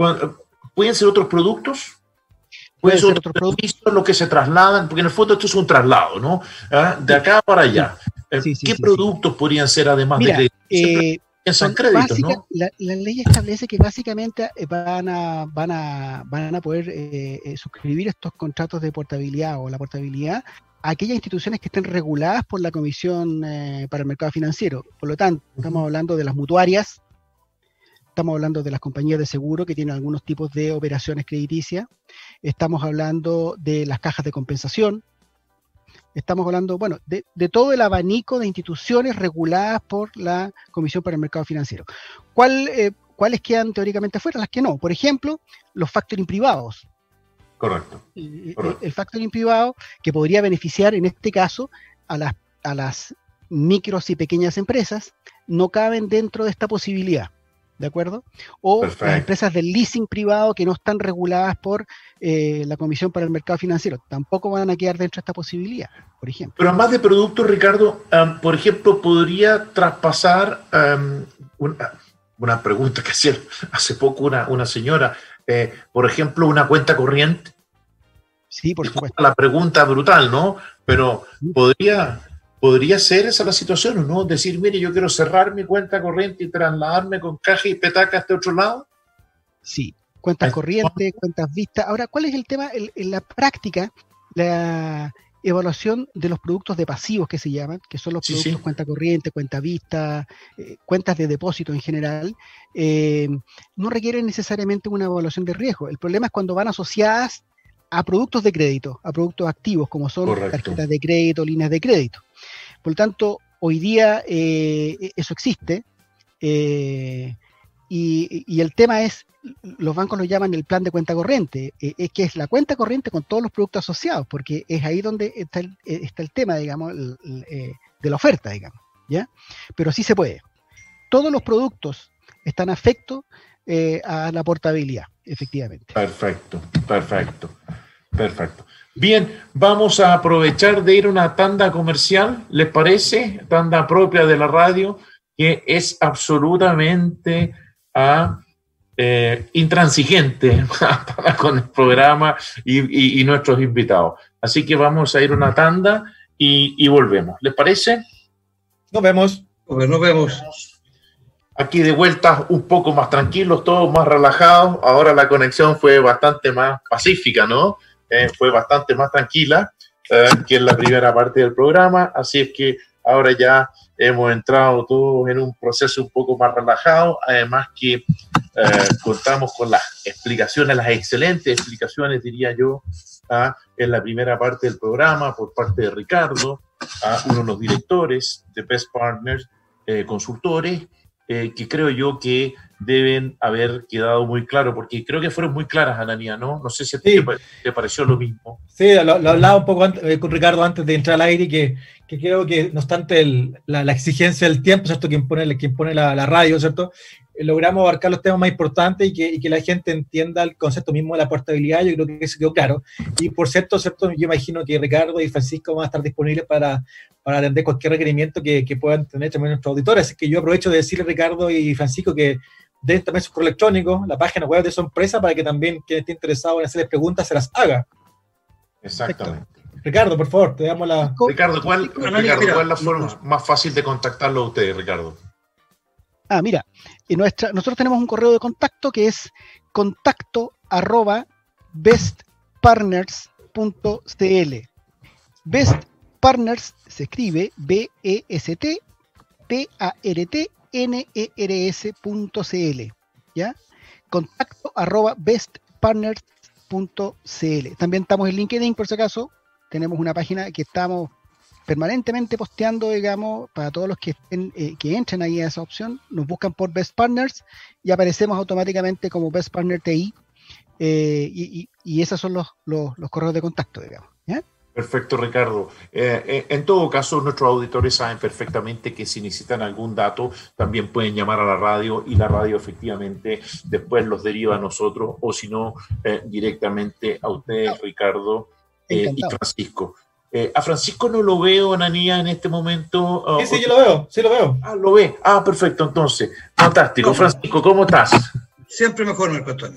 Speaker 1: ¿pueden ser otros productos? Pueden ser otros productos, lo que se trasladan, porque en el fondo esto es un traslado, ¿no? ¿Ah? De acá para allá. Sí. Sí, sí, ¿Qué sí, productos sí. podrían ser además
Speaker 3: Mira,
Speaker 1: de crédito?
Speaker 3: Eh, piensan créditos, básica, ¿no? La, la ley establece que básicamente van a, van a, van a poder eh, eh, suscribir estos contratos de portabilidad o la portabilidad a aquellas instituciones que estén reguladas por la Comisión eh, para el Mercado Financiero. Por lo tanto, uh-huh. estamos hablando de las mutuarias, estamos hablando de las compañías de seguro que tienen algunos tipos de operaciones crediticias, estamos hablando de las cajas de compensación, estamos hablando, bueno, de, de todo el abanico de instituciones reguladas por la Comisión para el Mercado Financiero. ¿Cuál, eh, ¿Cuáles quedan teóricamente fuera? Las que no. Por ejemplo, los factoring privados.
Speaker 1: Correcto.
Speaker 3: El,
Speaker 1: correcto.
Speaker 3: el, el factoring privado que podría beneficiar en este caso a las, a las micros y pequeñas empresas no caben dentro de esta posibilidad. ¿De acuerdo? O Perfecto. Las empresas del leasing privado que no están reguladas por eh, la Comisión para el Mercado Financiero tampoco van a quedar dentro de esta posibilidad, por ejemplo.
Speaker 1: Pero además de productos, Ricardo, um, por ejemplo, ¿podría traspasar um, una, una pregunta que hacía hace poco una, una señora, eh, por ejemplo, una cuenta corriente?
Speaker 3: Sí, por supuesto.
Speaker 1: La pregunta brutal, ¿no? Pero ¿podría... ¿Podría ser esa la situación o no? Decir, mire, yo quiero cerrar mi cuenta corriente y trasladarme con caja y petaca a este otro lado.
Speaker 3: Sí, cuentas corrientes, cuentas vistas. Ahora, ¿cuál es el tema? El, en la práctica, la evaluación de los productos de pasivos que se llaman, que son los sí, productos sí. cuenta corriente, cuenta vista, eh, cuentas de depósito en general, eh, no requieren necesariamente una evaluación de riesgo. El problema es cuando van asociadas a productos de crédito, a productos activos, como son Correcto. Tarjetas de crédito, líneas de crédito. Por lo tanto, hoy día eh, eso existe eh, y, y el tema es, los bancos lo llaman el plan de cuenta corriente, eh, es que es la cuenta corriente con todos los productos asociados, porque es ahí donde está el, está el tema, digamos, el, el, eh, de la oferta, digamos, ¿ya? Pero sí se puede. Todos los productos están afectos eh, a la portabilidad, efectivamente.
Speaker 1: Perfecto, perfecto, perfecto. Bien, vamos a aprovechar de ir a una tanda comercial, ¿les parece? Tanda propia de la radio, que es absolutamente ah, eh, intransigente con el programa y, y, y nuestros invitados. Así que vamos a ir a una tanda y, y volvemos. ¿Les parece?
Speaker 2: Nos vemos.
Speaker 4: Pues nos vemos.
Speaker 1: Aquí de vuelta un poco más tranquilos, todos más relajados. Ahora la conexión fue bastante más pacífica, ¿no? Eh, fue bastante más tranquila eh, que en la primera parte del programa. Así es que ahora ya hemos entrado todos en un proceso un poco más relajado. Además que eh, contamos con las explicaciones, las excelentes explicaciones, diría yo, ¿ah? en la primera parte del programa por parte de Ricardo, ¿ah? uno de los directores de Best Partners, eh, consultores, Eh, que creo yo que deben haber quedado muy claros, porque creo que fueron muy claras, Ananía, ¿no? No sé si a ti sí. te, te pareció lo mismo.
Speaker 2: Sí, lo, lo hablaba un poco antes, eh, con Ricardo antes de entrar al aire, que, que creo que no obstante el, la, la exigencia del tiempo, ¿cierto? Quien pone, quien pone la, la radio, ¿cierto? Eh, logramos abarcar los temas más importantes y que, y que la gente entienda el concepto mismo de la portabilidad. Yo creo que eso quedó claro. Y por cierto, ¿cierto? Yo imagino que Ricardo y Francisco van a estar disponibles para, para atender cualquier requerimiento que, que puedan tener también nuestros auditores. Así que yo aprovecho de decirle a Ricardo y Francisco que den también su correo electrónico, la página web de su empresa, para que también quien esté interesado en hacerles preguntas se las haga.
Speaker 1: Exactamente.
Speaker 2: Ricardo, por favor, te damos la...
Speaker 1: Ricardo, ¿cuál, Ricardo, ¿cuál es la forma más fácil de contactarlo a ustedes, Ricardo?
Speaker 3: Ah, mira, en nuestra, nosotros tenemos un correo de contacto que es contacto arroba bestpartners punto cl. Best Partners se escribe B E S T P A R T N E R S punto cl, ¿ya? Contacto arroba bestpartners punto cl. También estamos en LinkedIn, por si acaso. Tenemos una página que estamos permanentemente posteando, digamos, para todos los que, estén, eh, que entren ahí a esa opción, nos buscan por Best Partners y aparecemos automáticamente como Best Partner T I, eh, y, y, y esos son los, los, los correos de contacto, digamos, ¿ya?
Speaker 1: Perfecto, Ricardo. Eh, en todo caso, nuestros auditores saben perfectamente que si necesitan algún dato, también pueden llamar a la radio y la radio efectivamente después los deriva a nosotros, o si no, eh, directamente a ustedes, Ricardo eh, y Francisco. Eh, a Francisco no lo veo, Ananía, en este momento.
Speaker 2: Uh, sí, sí, yo lo veo, sí lo veo.
Speaker 1: Ah, lo ve. Ah, perfecto, entonces. Fantástico. Francisco, ¿cómo estás?
Speaker 4: Siempre mejor, Marco Antonio.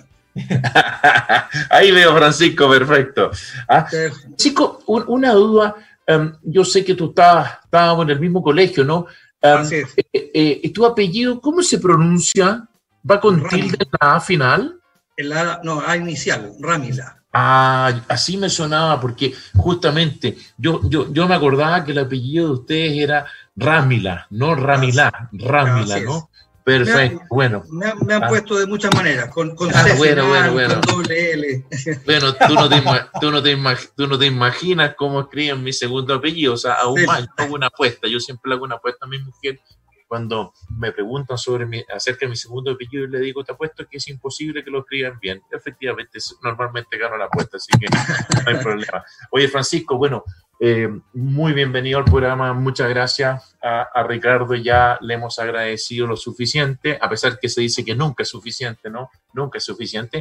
Speaker 1: Ahí veo, Francisco, perfecto. Ah, Chico, un, una duda. Um, yo sé que tú estabas, estábamos en el mismo colegio, ¿no? Um,
Speaker 4: Así es.
Speaker 1: Eh, eh, ¿Tu apellido cómo se pronuncia? ¿Va con Ramila. Tilde en la A final?
Speaker 4: En la, no, A inicial, Ramila.
Speaker 1: Ah, así me sonaba, porque justamente yo, yo, yo me acordaba que el apellido de ustedes era Ramila, no Ramilá, Ramila, ¿no? Perfecto,
Speaker 4: me han,
Speaker 1: bueno.
Speaker 4: Me han, me han ah. puesto de muchas maneras, con, con
Speaker 1: ah,
Speaker 4: C
Speaker 1: bueno,
Speaker 4: final,
Speaker 1: bueno, bueno.
Speaker 4: con doble L.
Speaker 1: Bueno, tú no, te, tú, no te tú no te imaginas cómo escriben mi segundo apellido, o sea, aún sí. más, yo hago una apuesta, yo siempre le hago una apuesta a mi mujer. Cuando me preguntan sobre mi, acerca de mi segundo apellido, y le digo, te apuesto que es imposible que lo escriban bien. Efectivamente, normalmente gano la apuesta, así que no hay problema. Oye, Francisco, bueno, eh, muy bienvenido al programa. Muchas gracias a, a Ricardo. Ya le hemos agradecido lo suficiente, a pesar que se dice que nunca es suficiente, ¿no? Nunca es suficiente.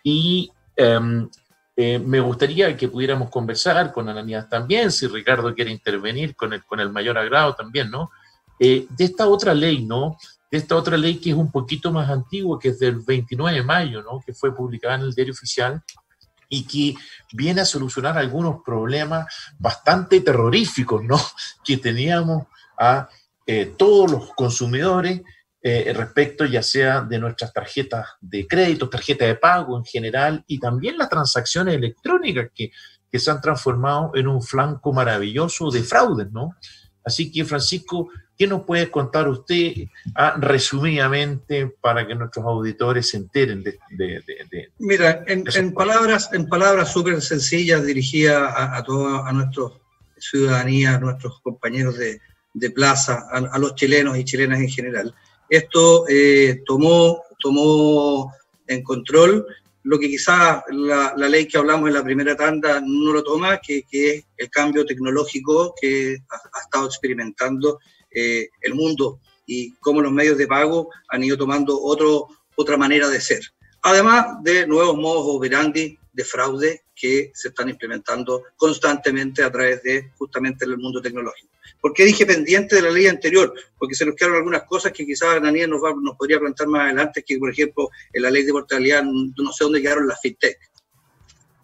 Speaker 1: Y eh, eh, me gustaría que pudiéramos conversar con Ananías también, si Ricardo quiere intervenir, con el, con el mayor agrado también, ¿no? Eh, de esta otra ley, ¿no? De esta otra ley que es un poquito más antigua, que es del veintinueve de mayo, ¿no? Que fue publicada en el Diario Oficial y que viene a solucionar algunos problemas bastante terroríficos, ¿no? Que teníamos a eh, todos los consumidores eh, respecto ya sea de nuestras tarjetas de crédito, tarjetas de pago en general, y también las transacciones electrónicas que, que se han transformado en un flanco maravilloso de fraudes, ¿no? Así que, Francisco, ¿qué nos puede contar usted ah, resumidamente para que nuestros auditores se enteren de... de, de, de
Speaker 4: Mira, en, de en palabras en palabras súper sencillas, dirigidas a, a toda a nuestra ciudadanía, a nuestros compañeros de, de plaza, a, a los chilenos y chilenas en general, esto eh, tomó, tomó en control lo que quizás la, la ley que hablamos en la primera tanda no lo toma, que, que es el cambio tecnológico que ha, ha estado experimentando eh, el mundo y cómo los medios de pago han ido tomando otro, otra manera de ser. Además de nuevos modos operandi de fraude que se están implementando constantemente a través de justamente el mundo tecnológico. ¿Por qué dije pendiente de la ley anterior? Porque se nos quedaron algunas cosas que quizás Ananías nos, va, nos podría plantear más adelante, que por ejemplo en la ley de portabilidad no sé dónde quedaron las fintech.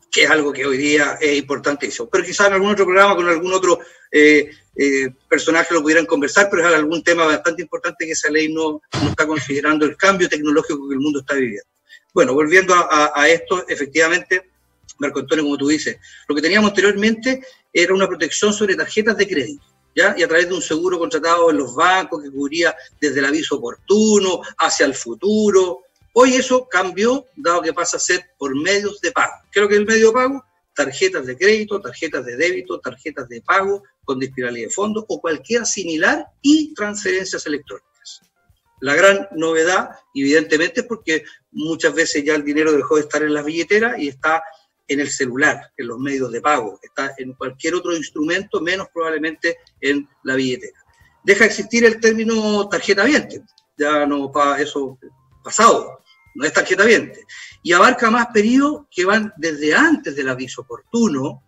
Speaker 4: que es algo que hoy día es importantísimo. Pero quizás en algún otro programa, con algún otro eh, eh, personaje lo pudieran conversar, pero es algún tema bastante importante que esa ley no, no está considerando el cambio tecnológico que el mundo está viviendo. Bueno, volviendo a, a, a esto, efectivamente, Marco Antonio, como tú dices, lo que teníamos anteriormente era una protección sobre tarjetas de crédito, ¿ya? Y a través de un seguro contratado en los bancos que cubría desde el aviso oportuno hacia el futuro. Hoy eso cambió, dado que pasa a ser por medios de pago. ¿Qué es lo que es el medio de pago? Tarjetas de crédito, tarjetas de débito, tarjetas de pago con disponibilidad de fondos o cualquier similar y transferencias electrónicas. La gran novedad, evidentemente, es porque muchas veces ya el dinero dejó de estar en las billeteras y está en el celular, en los medios de pago, está en cualquier otro instrumento, menos probablemente en la billetera. Deja de existir el término tarjeta viente, ya no pa eso pasado, no es tarjeta viente, y abarca más periodos que van desde antes del aviso oportuno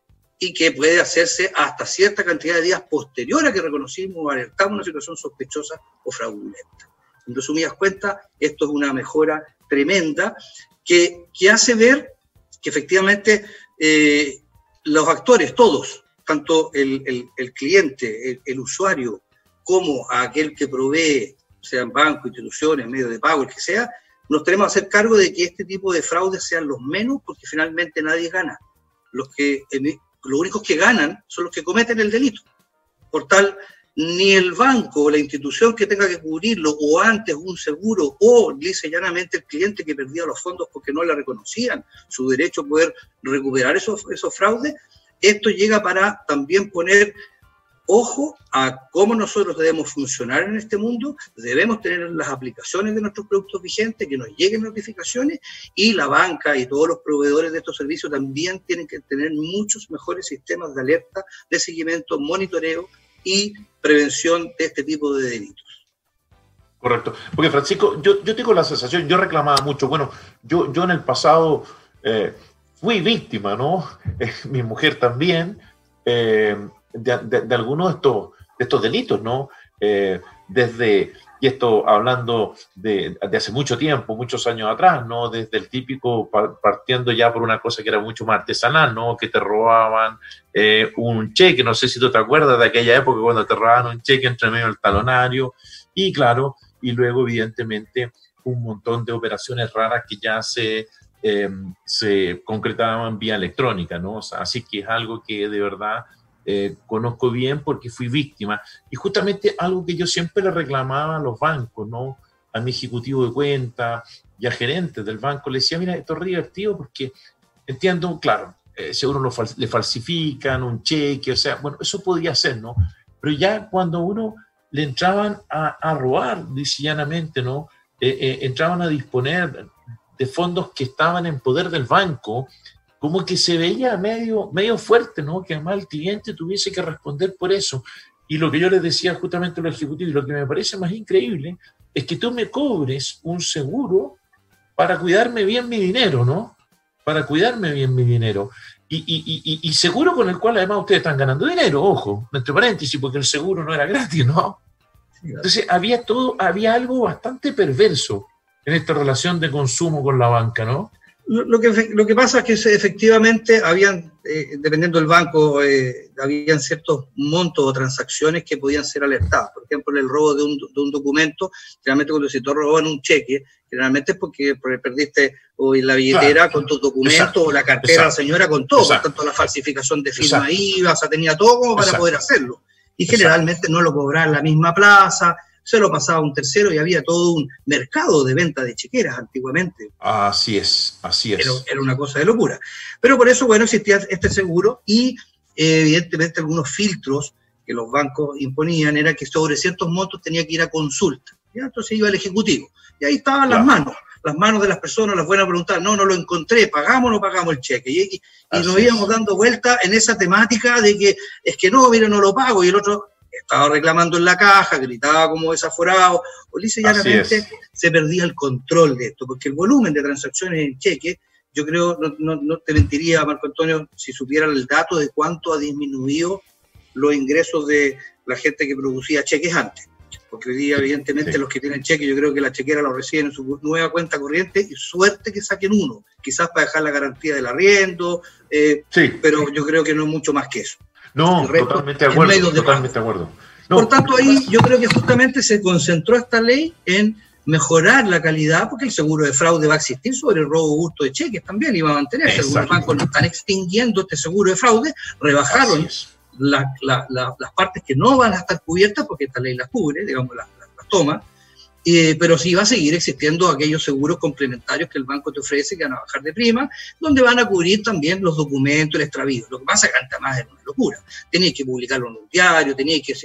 Speaker 4: y que puede hacerse hasta cierta cantidad de días posterior a que reconocimos o alertamos una situación sospechosa o fraudulenta. En resumidas cuentas, esto es una mejora tremenda que, que hace ver que efectivamente eh, los actores, todos, tanto el, el, el cliente, el, el usuario, como aquel que provee, sean bancos, instituciones, medios de pago, el que sea, nos tenemos que hacer cargo de que este tipo de fraudes sean los menos, porque finalmente nadie gana. Los, que, los únicos que ganan son los que cometen el delito. Por tal, ni el banco o la institución que tenga que cubrirlo, o antes un seguro, o lisa y llanamente el cliente que perdía los fondos porque no le reconocían su derecho a poder recuperar esos, esos fraudes, esto llega para también poner ojo a cómo nosotros debemos funcionar en este mundo. Debemos tener las aplicaciones de nuestros productos vigentes, que nos lleguen notificaciones, y la banca y todos los proveedores de estos servicios también tienen que tener muchos mejores sistemas de alerta, de seguimiento, monitoreo y prevención de este tipo de delitos.
Speaker 1: Correcto. Porque, Francisco, yo, yo tengo la sensación, yo reclamaba mucho, bueno, yo, yo en el pasado eh, fui víctima, ¿no? Eh, mi mujer también, eh, de, de, de algunos de estos, de estos delitos, ¿no? Eh, desde, y esto hablando de, de hace mucho tiempo, muchos años atrás, ¿no? Desde el típico, partiendo ya por una cosa que era mucho más artesanal, ¿no? Que te robaban eh, un cheque, no sé si tú te acuerdas de aquella época cuando te robaban un cheque entre medio del talonario, y claro, y luego evidentemente un montón de operaciones raras que ya se, eh, se concretaban vía electrónica, ¿no? O sea, así que es algo que de verdad Eh, conozco bien porque fui víctima, y justamente algo que yo siempre le reclamaba a los bancos, ¿no? A mi ejecutivo de cuenta y a gerentes del banco, le decía, mira, esto es divertido porque entiendo, claro, eh, seguro lo fal le falsifican un cheque, o sea, bueno, eso podía ser, ¿no? Pero ya cuando uno le entraban a, a robar, llanamente, ¿no? Eh, eh, entraban a disponer de fondos que estaban en poder del banco, como que se veía medio, medio fuerte, ¿no? Que además el cliente tuviese que responder por eso. Y lo que yo les decía justamente a los ejecutivos, y lo que me parece más increíble, es que tú me cobres un seguro para cuidarme bien mi dinero, ¿no? Para cuidarme bien mi dinero. Y, y, y, y seguro con el cual además ustedes están ganando dinero, ojo, entre paréntesis, porque el seguro no era gratis, ¿no? Entonces había todo, había algo bastante perverso en esta relación de consumo con la banca, ¿no?
Speaker 4: Lo que, lo que pasa es que efectivamente habían, eh, dependiendo del banco, eh, habían ciertos montos o transacciones que podían ser alertadas. Por ejemplo, el robo de un, de un documento, generalmente cuando se te roban un cheque, generalmente es porque perdiste hoy la billetera, claro, con tus documentos, exacto, o la cartera de la señora con todo, exacto, por tanto la falsificación de firma exacto, I V A, o sea, tenía todo como para exacto, poder hacerlo. Y generalmente exacto, no lo cobraba en la misma plaza, se lo pasaba a un tercero y había todo un mercado de venta de chequeras antiguamente.
Speaker 1: Así es, así es.
Speaker 4: Era, era una cosa de locura. Pero por eso, bueno, existía este seguro y eh, evidentemente algunos filtros que los bancos imponían era que sobre ciertos montos tenía que ir a consulta. ¿Ya? Entonces iba el ejecutivo y ahí estaban claro, las manos, las manos de las personas, las buenas preguntas, no, no lo encontré, ¿pagamos o no pagamos el cheque? Y, y, y nos íbamos dando vuelta en esa temática de que es que no, mira, no lo pago, y el otro estaba reclamando en la caja, gritaba como desaforado, o lisa y llanamente se perdía el control de esto, porque el volumen de transacciones en cheque, yo creo, no, no, no te mentiría, Marco Antonio, si supiera el dato de cuánto ha disminuido los ingresos de la gente que producía cheques antes. porque hoy día evidentemente sí. Los que tienen cheque, yo creo que la chequera lo reciben en su nueva cuenta corriente y suerte que saquen uno, quizás para dejar la garantía del arriendo, eh, sí. Pero yo creo que no es mucho más que eso.
Speaker 1: No, totalmente de acuerdo, totalmente de acuerdo. No.
Speaker 4: Por tanto, ahí yo creo que justamente se concentró esta ley en mejorar la calidad, porque el seguro de fraude va a existir sobre el robo gusto de cheques también, y va a mantenerse. Algunos bancos no están extinguiendo este seguro de fraude, rebajaron la, la, la, las partes que no van a estar cubiertas, porque esta ley las cubre, digamos, las, las, las toma, eh, pero sí va a seguir existiendo aquellos seguros complementarios que el banco te ofrece, que van a bajar de prima, donde van a cubrir también los documentos, el extravío. Lo que pasa es que antes más era una locura. Tenías que publicarlo en un diario, tenías que...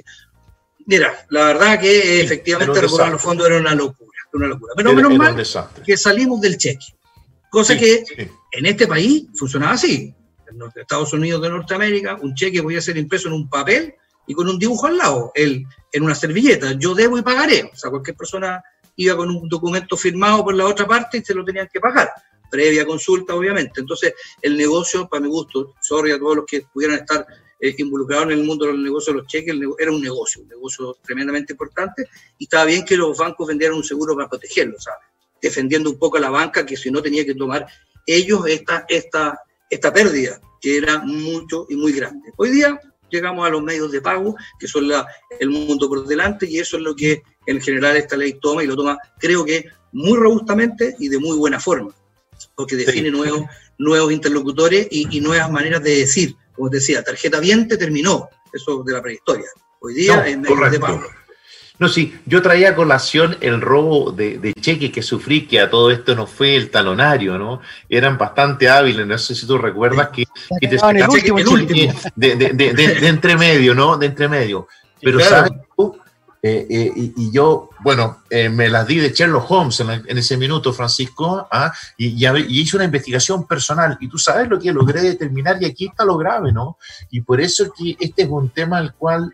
Speaker 4: Mira, la verdad que sí, efectivamente recobrar los fondos era una locura, una locura. Pero era, menos era mal que salimos del cheque. Cosa sí, que sí. En este país funcionaba así. En los Estados Unidos de Norteamérica, un cheque podía ser impreso en un papel y con un dibujo al lado, el, en una servilleta. Yo debo y pagaré. O sea, cualquier persona iba con un documento firmado por la otra parte y se lo tenían que pagar. Previa consulta, obviamente. Entonces, el negocio, para mi gusto, sorry a todos los que pudieran estar Eh, involucrados en el mundo del negocio de los cheques, era un negocio, un negocio tremendamente importante, y estaba bien que los bancos vendieran un seguro para protegerlo, o sea, defendiendo un poco a la banca, que si no tenía que tomar ellos esta, esta, esta pérdida, que era mucho y muy grande. Hoy día llegamos a los medios de pago, que son la, el mundo por delante, y eso es lo que en general esta ley toma, y lo toma, creo que muy robustamente y de muy buena forma, porque define sí. nuevos, nuevos interlocutores y, y nuevas maneras de decir. Como te decía, tarjeta viente terminó, eso de la prehistoria. Hoy día no, es medio de pago.
Speaker 1: No, sí, yo traía a colación el robo de, de cheques que sufrí, que a todo esto no fue el talonario, ¿no? Eran bastante hábiles, no sé si tú recuerdas sí. que, que te sacaban el último, el último. De, de, de, de, de entremedio, ¿no? De entremedio. Pero sí, claro. ¿Sabes tú? Eh, eh, y, y yo, bueno, eh, me las di de Sherlock Holmes en, en ese minuto, Francisco, ¿ah? y, y, y hice una investigación personal, y tú sabes lo que logré determinar, y aquí está lo grave, ¿no? Y por eso que este es un tema al cual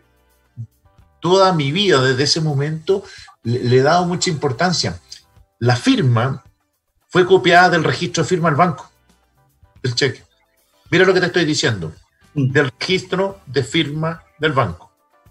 Speaker 1: toda mi vida, desde ese momento, le, le he dado mucha importancia. La firma fue copiada del registro de firma del banco, del cheque. Mira lo que te estoy diciendo, del registro de firma del banco.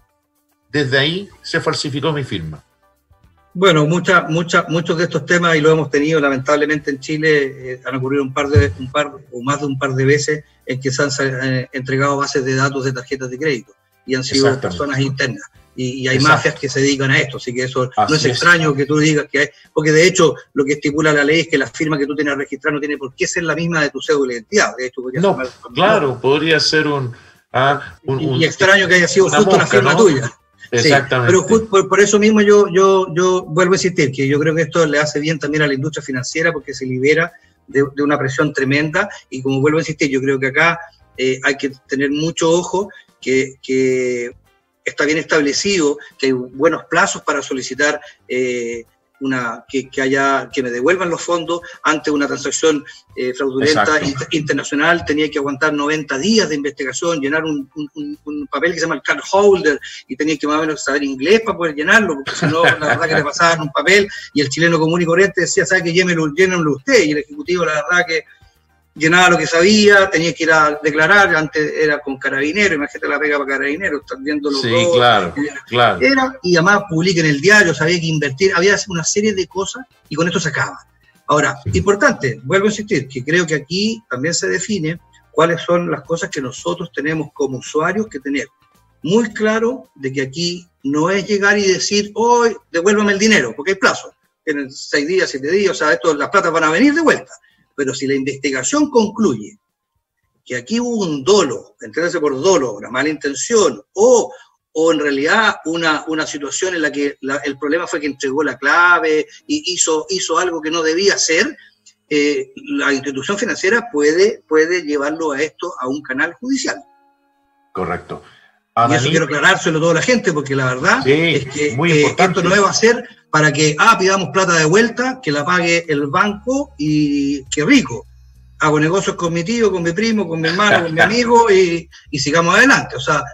Speaker 1: Desde ahí se falsificó mi firma.
Speaker 4: Bueno, mucha, mucha, muchos de estos temas, y lo hemos tenido lamentablemente en Chile, eh, han ocurrido un par de, un par o más de un par de veces en que se han eh, entregado bases de datos de tarjetas de crédito y han sido personas internas. Y, y hay Exacto. mafias que se dedican a esto, así que eso así no es extraño es. que tú digas que hay, porque de hecho lo que estipula la ley es que la firma que tú tienes registrada no tiene por qué ser la misma de tu cédula de identidad. De hecho,
Speaker 1: no, ser claro, podría ser un, ah, un,
Speaker 4: y,
Speaker 1: un...
Speaker 4: Y extraño que haya sido justo mosca, una firma ¿no? tuya.
Speaker 1: Exactamente.
Speaker 4: Sí, pero por, por eso mismo yo, yo, yo vuelvo a insistir que yo creo que esto le hace bien también a la industria financiera porque se libera de, de una presión tremenda y como vuelvo a insistir, yo creo que acá eh, hay que tener mucho ojo que, que está bien establecido, que hay buenos plazos para solicitar eh, una que, que haya que me devuelvan los fondos ante una transacción eh, fraudulenta inter, internacional. Tenía que aguantar noventa días de investigación, llenar un, un, un papel que se llama el card holder y tenía que más o menos saber inglés para poder llenarlo, porque si no, la verdad que le pasaban un papel y el chileno común y corriente decía, ¿sabe que llénelo, llénenlo usted? Y el ejecutivo, la verdad que llenaba lo que sabía, tenía que ir a declarar, antes era con carabinero, imagínate la pega para carabinero, están viendo los
Speaker 1: sí,
Speaker 4: dos,
Speaker 1: claro,
Speaker 4: era,
Speaker 1: claro.
Speaker 4: Era, y además publica en el diario, sabía que invertir, había una serie de cosas y con esto se acaba. Ahora, sí. Importante, vuelvo a insistir, que creo que aquí también se define cuáles son las cosas que nosotros tenemos como usuarios que tener muy claro de que aquí no es llegar y decir, hoy devuélvame el dinero, porque hay plazo, tienen seis días, siete días, o sea, esto, las platas van a venir de vuelta. Pero si la investigación concluye que aquí hubo un dolo, entenderse por dolo, una mala intención, o, o en realidad una, una situación en la que la, el problema fue que entregó la clave y hizo, hizo algo que no debía hacer, eh, la institución financiera puede, puede llevarlo a esto a un canal judicial.
Speaker 1: Correcto.
Speaker 4: Y eso quiero aclarárselo a toda la gente, porque la verdad
Speaker 1: sí,
Speaker 4: es que
Speaker 1: muy
Speaker 4: eh, esto no va a ser para que, ah, pidamos plata de vuelta, que la pague el banco y qué rico. Hago negocios con mi tío, con mi primo, con mi hermano, con mi amigo y, y sigamos adelante. O sea,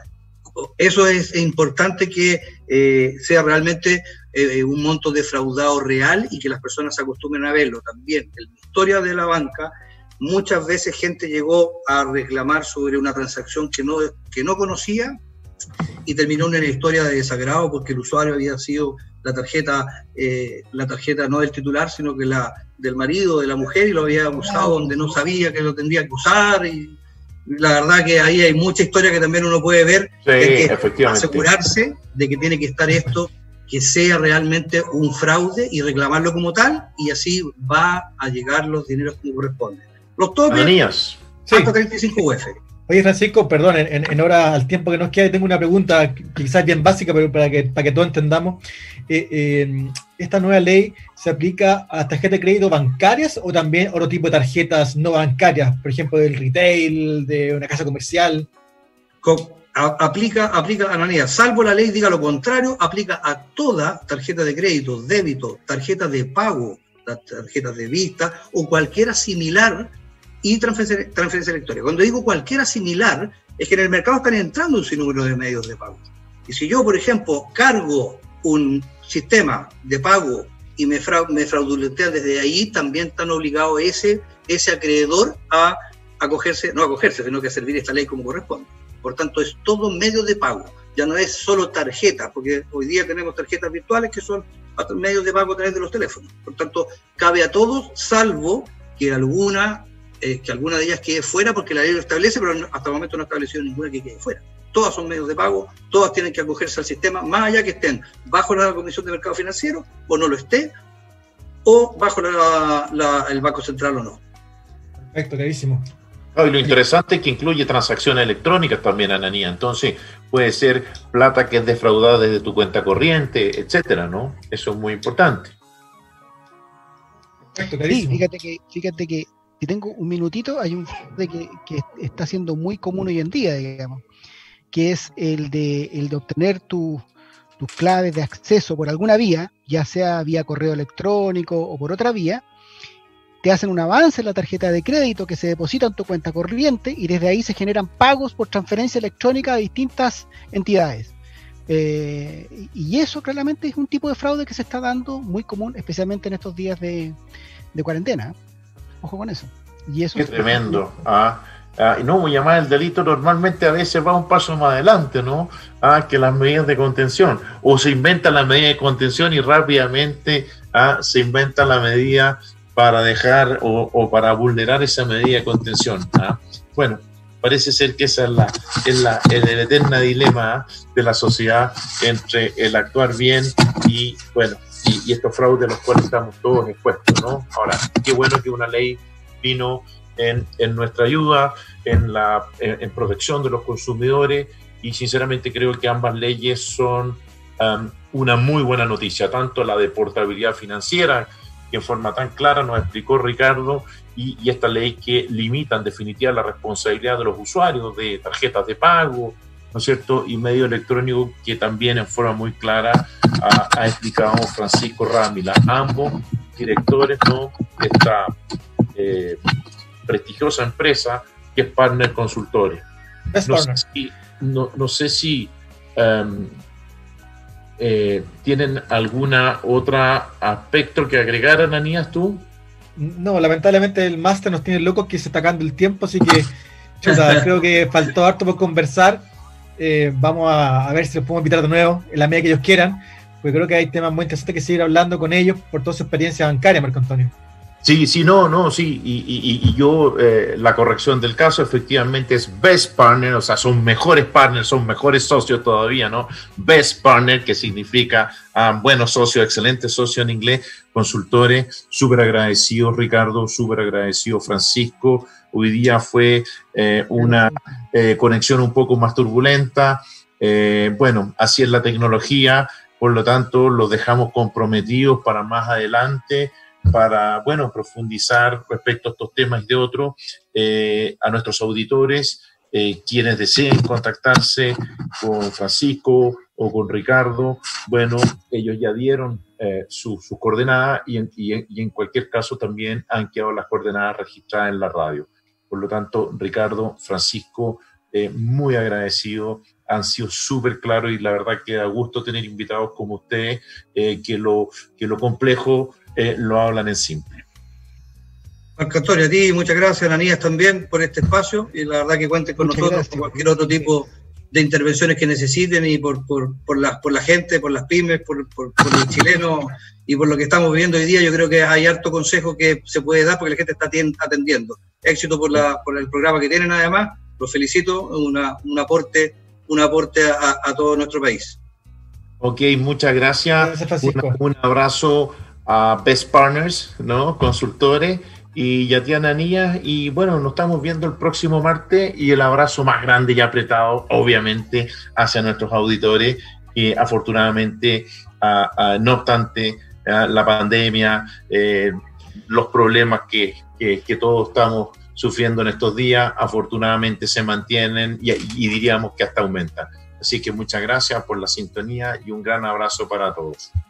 Speaker 4: eso es importante que eh, sea realmente eh, un monto defraudado real y que las personas se acostumbren a verlo también. En la historia de la banca, muchas veces gente llegó a reclamar sobre una transacción que no, que no conocía y terminó en una historia de desagrado porque el usuario había sido la tarjeta, eh, la tarjeta no del titular, sino que la del marido, de la mujer, y lo había usado donde no sabía que lo tendría que usar. Y la verdad que ahí hay mucha historia que también uno puede ver.
Speaker 1: Sí,
Speaker 4: hay que
Speaker 1: efectivamente.
Speaker 4: asegurarse de que tiene que estar esto, que sea realmente un fraude y reclamarlo como tal, y así va a llegar los dineros como corresponde. Los topes,
Speaker 1: Ananías.
Speaker 4: hasta treinta y cinco U F.
Speaker 2: Oye, Francisco, perdón, en, en hora al tiempo que nos queda, tengo una pregunta que quizás bien básica, pero para que, para que todos entendamos. Eh, eh, ¿Esta nueva ley se aplica a las tarjetas de crédito bancarias o también a otro tipo de tarjetas no bancarias? Por ejemplo, del retail, de una casa comercial.
Speaker 4: Con, a, aplica, aplica, Ananías, salvo la ley diga lo contrario, aplica a toda tarjeta de crédito, débito, tarjeta de pago, tarjetas de vista o cualquiera similar y transferencia, transferencia electrónica. Cuando digo cualquiera similar, es que en el mercado están entrando un sinnúmero de medios de pago. Y si yo, por ejemplo, cargo un sistema de pago y me, fra me fraudulentean desde ahí, también están obligados ese, ese acreedor a acogerse, no acogerse, sino que a servir esta ley como corresponde. Por tanto, es todo medio de pago. Ya no es solo tarjetas, porque hoy día tenemos tarjetas virtuales que son medios de pago a través de los teléfonos. Por tanto, cabe a todos, salvo que alguna, eh, que alguna de ellas quede fuera, porque la ley lo establece, pero hasta el momento no ha establecido ninguna que quede fuera. Todas son medios de pago, todas tienen que acogerse al sistema, más allá que estén bajo la Comisión de Mercado Financiero, o no lo esté, o bajo la, la, el Banco Central o no.
Speaker 2: Perfecto, clarísimo.
Speaker 1: Oh, y lo interesante es que incluye transacciones electrónicas también, Ananías. Entonces, puede ser plata que es defraudada desde tu cuenta corriente, etcétera, ¿no? Eso es muy importante.
Speaker 2: Perfecto, clarísimo.
Speaker 3: Sí, fíjate que, fíjate que si tengo un minutito, hay un fraude que, que está siendo muy común hoy en día, digamos, que es el de, el de obtener tu, tus claves de acceso por alguna vía, ya sea vía correo electrónico o por otra vía. Te hacen un avance en la tarjeta de crédito que se deposita en tu cuenta corriente y desde ahí se generan pagos por transferencia electrónica a distintas entidades. Eh, y eso claramente es un tipo de fraude que se está dando muy común, especialmente en estos días de, de cuarentena. Ojo con eso. Y eso
Speaker 1: Qué es tremendo. Ah, ah, y no, llamar el delito normalmente a veces va un paso más adelante, ¿no? Ah, que las medidas de contención. O se inventa la medida de contención y rápidamente ah, se inventa la medida para dejar o, o para vulnerar esa medida de contención. ¿Ah? Bueno, parece ser que esa es la, es la, el, el eterno dilema de la sociedad entre el actuar bien y, bueno, y, y estos fraudes a los cuales estamos todos expuestos, ¿no? Ahora, qué bueno que una ley vino en, en nuestra ayuda, en la en, en protección de los consumidores, y sinceramente creo que ambas leyes son um, una muy buena noticia, tanto la de portabilidad financiera, que en forma tan clara nos explicó Ricardo, y, y esta ley que limita en definitiva la responsabilidad de los usuarios de tarjetas de pago, ¿no es cierto?, y medio electrónico, que también en forma muy clara ha, ha explicado Francisco Rámila, ambos directores, ¿no?, de esta eh, prestigiosa empresa que es Partner Consultores. No sé si, no, no sé si um, Eh, ¿tienen alguna otra aspecto que agregar, Ananías, tú?
Speaker 2: No, lamentablemente el máster nos tiene locos que se está acabando el tiempo, así que chuta, creo que faltó harto por conversar. Eh, vamos a, a ver si los podemos invitar de nuevo en la medida que ellos quieran, porque creo que hay temas muy interesantes que seguir hablando con ellos por toda su experiencia bancaria, Marco Antonio.
Speaker 1: Sí, sí, no, no, sí, y, y, y yo, eh, la corrección del caso efectivamente es Best Partner, o sea, son mejores partners, son mejores socios todavía, ¿no? Best Partner, que significa um, buenos socios, excelentes socios en inglés, consultores, súper agradecidos, Ricardo, súper agradecido, Francisco. Hoy día fue eh, una eh, conexión un poco más turbulenta, eh, bueno, así es la tecnología, por lo tanto, los dejamos comprometidos para más adelante, para, bueno, profundizar respecto a estos temas y de otros, eh, a nuestros auditores, eh, quienes deseen contactarse con Francisco o con Ricardo, bueno, ellos ya dieron eh, sus su coordenadas y en, y, en, y en cualquier caso también han quedado las coordenadas registradas en la radio. Por lo tanto, Ricardo, Francisco, eh, muy agradecido, han sido súper claros y la verdad que da gusto tener invitados como ustedes, eh, que, lo, que lo complejo Eh, lo hablan en simple.
Speaker 4: Marco Antonio, a ti muchas gracias, Ananías también por este espacio, y la verdad que cuenten con muchas nosotros por cualquier otro tipo de intervenciones que necesiten y por, por, por, la, por la gente, por las pymes, por, por, por los chilenos y por lo que estamos viviendo hoy día. Yo creo que hay harto consejo que se puede dar porque la gente está atendiendo. Éxito por, la, por el programa que tienen, además. Los felicito, una, un aporte, un aporte a, a todo nuestro país.
Speaker 1: Ok, muchas gracias. gracias un, un abrazo a Best Partners, ¿no? Consultores. Y Yatiana Anilla, y bueno, nos estamos viendo el próximo martes, y el abrazo más grande y apretado, obviamente, hacia nuestros auditores, que afortunadamente, uh, uh, no obstante uh, la pandemia, eh, los problemas que, que, que todos estamos sufriendo en estos días, afortunadamente se mantienen y, y diríamos que hasta aumentan. Así que muchas gracias por la sintonía y un gran abrazo para todos.